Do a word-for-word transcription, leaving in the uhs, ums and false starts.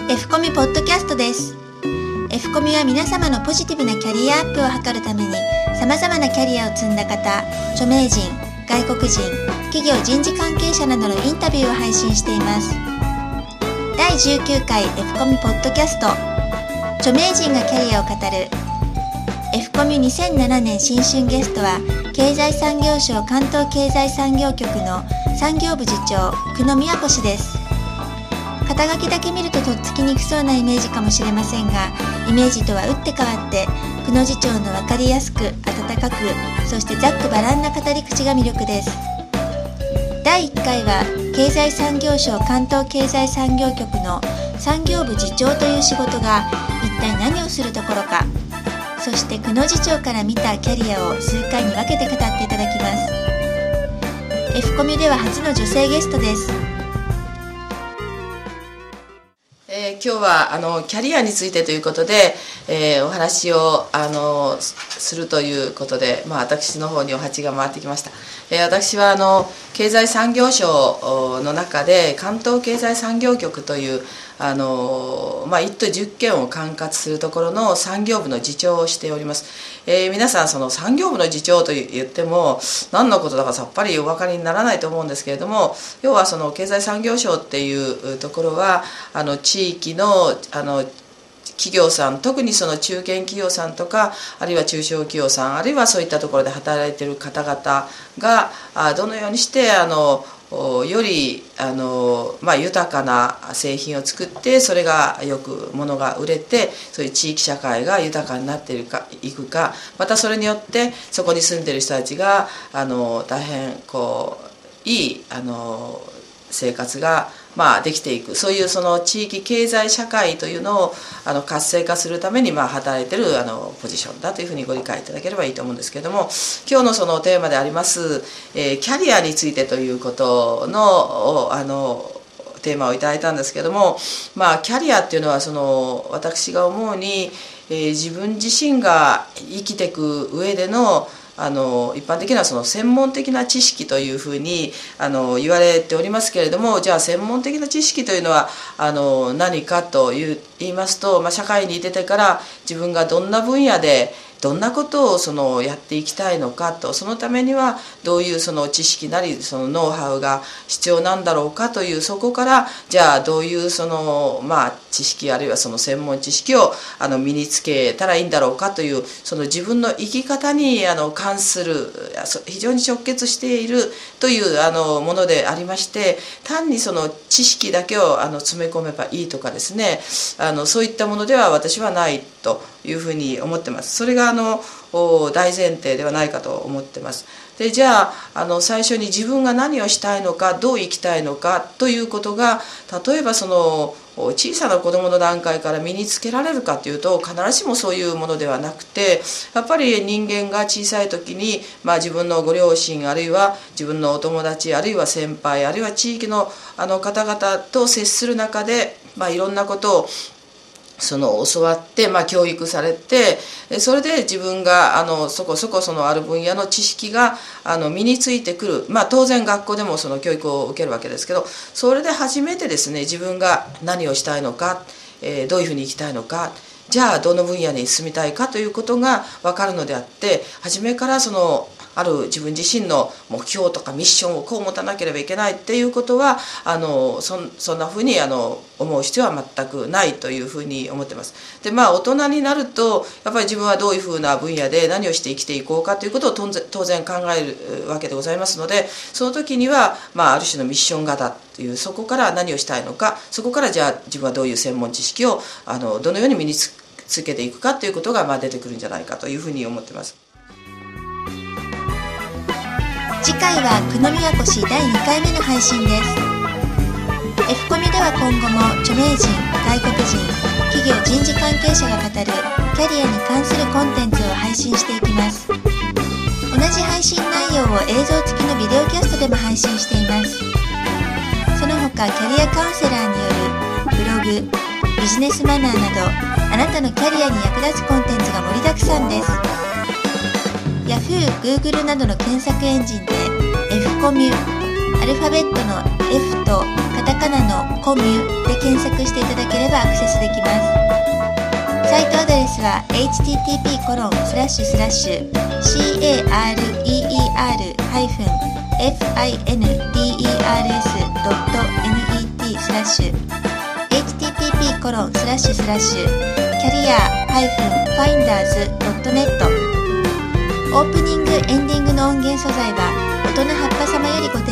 F コミポッドキャストです。 F コミは皆様のポジティブなキャリアアップを図るために様々なキャリアを積んだ方、著名人、外国人、企業人事関係者などのインタビューを配信しています。だいじゅうきゅうかい F コミポッドキャスト、著名人がキャリアを語る。 F コミにせんななねん新春ゲストは経済産業省関東経済産業局の産業部次長久野美和子氏です。肩書きだけ見るととっつきにくそうなイメージかもしれませんが、イメージとは打って変わって久野次長の分かりやすく温かく、そしてざっくばらんな語り口が魅力です。だいいっかいは経済産業省関東経済産業局の産業部次長という仕事が一体何をするところか、そして久野次長から見たキャリアを数回に分けて語っていただきます。 F コミでは初の女性ゲストです。 えー、今日はあのキャリアについてということで、えー、お話をあのするということで、まあ、私の方にお鉢が回ってきました。えー、私はあの経済産業省の中で関東経済産業局というあの、まあ、いっ都じゅっけんを管轄するところの産業部の次長をしております。えー、皆さんその産業部の次長と言っても何のことだかさっぱりお分かりにならないと思うんですけれども、要はその経済産業省っていうところはあの地域のあの企業さん、特にその中堅企業さんとか、あるいは中小企業さん、あるいはそういったところで働いている方々がどのようにしてあのよりあの、まあ、豊かな製品を作って、それがよく物が売れて、そういう地域社会が豊かになっているかいくか、またそれによってそこに住んでいる人たちがあの大変こういいあの生活がまあできていく、そういうその地域経済社会というのをあの活性化するためにまあ働いているあのポジションだというふうにご理解いただければいいと思うんですけれども、今日のそのテーマであります、えー、キャリアについてということのあのテーマをいただいたんですけれども、まあキャリアっていうのはその私が思うに、えー、自分自身が生きていく上でのあの一般的なその専門的な知識というふうにあの言われておりますけれども、じゃあ専門的な知識というのはあの何かという言いますと、まあ、社会に出てから自分がどんな分野でどんなことをそのやっていきたいのかと、そのためにはどういうその知識なりそのノウハウが必要なんだろうかという、そこからじゃあどういうそのまあ知識、あるいはその専門知識をあの身につけたらいいんだろうかという、その自分の生き方にあの関する非常に直結しているというあのものでありまして、単にその知識だけをあの詰め込めばいいとかですね、あのそういったものでは私はないというふうに思ってます。それがあの大前提ではないかと思ってます。でじゃあ、あの最初に自分が何をしたいのか、どう生きたいのかということが、例えばその小さな子どもの段階から身につけられるかというと、必ずしもそういうものではなくて、やっぱり人間が小さい時に、まあ、自分のご両親、あるいは自分のお友達、あるいは先輩、あるいは地域のあの方々と接する中で、まあ、いろんなことをその教わって、まあ、教育されて、それで自分があのそこそこそのある分野の知識があの身についてくる、まあ、当然学校でもその教育を受けるわけですけど、それで初めてですね、自分が何をしたいのか、えー、どういうふうに生きたいのか、じゃあどの分野に進みたいかということが分かるのであって、初めからそのある自分自身の目標とかミッションをこう持たなければいけないっていうことはあの そ, そんなふうにあの思う必要は全くないというふうに思ってます。でまあ大人になるとやっぱり自分はどういうふうな分野で何をして生きていこうかということを当然、当然考えるわけでございますので、その時には、まあ、ある種のミッション型という、そこから何をしたいのか、そこからじゃあ自分はどういう専門知識をあのどのように身につけていくかということが、まあ、出てくるんじゃないかというふうに思ってます。 次回は久野美和子氏だいにかいめの配信です。 F コミでは今後も著名人、外国人、企業人事関係者が語るキャリアに関するコンテンツを配信していきます。同じ配信内容を映像付きのビデオキャストでも配信しています。その他キャリアカウンセラーによるブログ、ビジネスマナーなど、あなたのキャリアに役立つコンテンツが盛りだくさんです。Yahoo、Google などの検索エンジンで F コミュ、アルファベットの F とカタカナのコミュで検索していただければればアクセスできます。サイトアドレスは エイチティーティーピーコロンスラッシュスラッシュ カレー ハイフン ファインダーズ ドット ネット スラッシュ エイチティーティーピーコロンスラッシュスラッシュ キャリア ハイフン ファインダーズ ドット ネット。オープニングエンディングの音源素材は音の葉っぱ様よりご提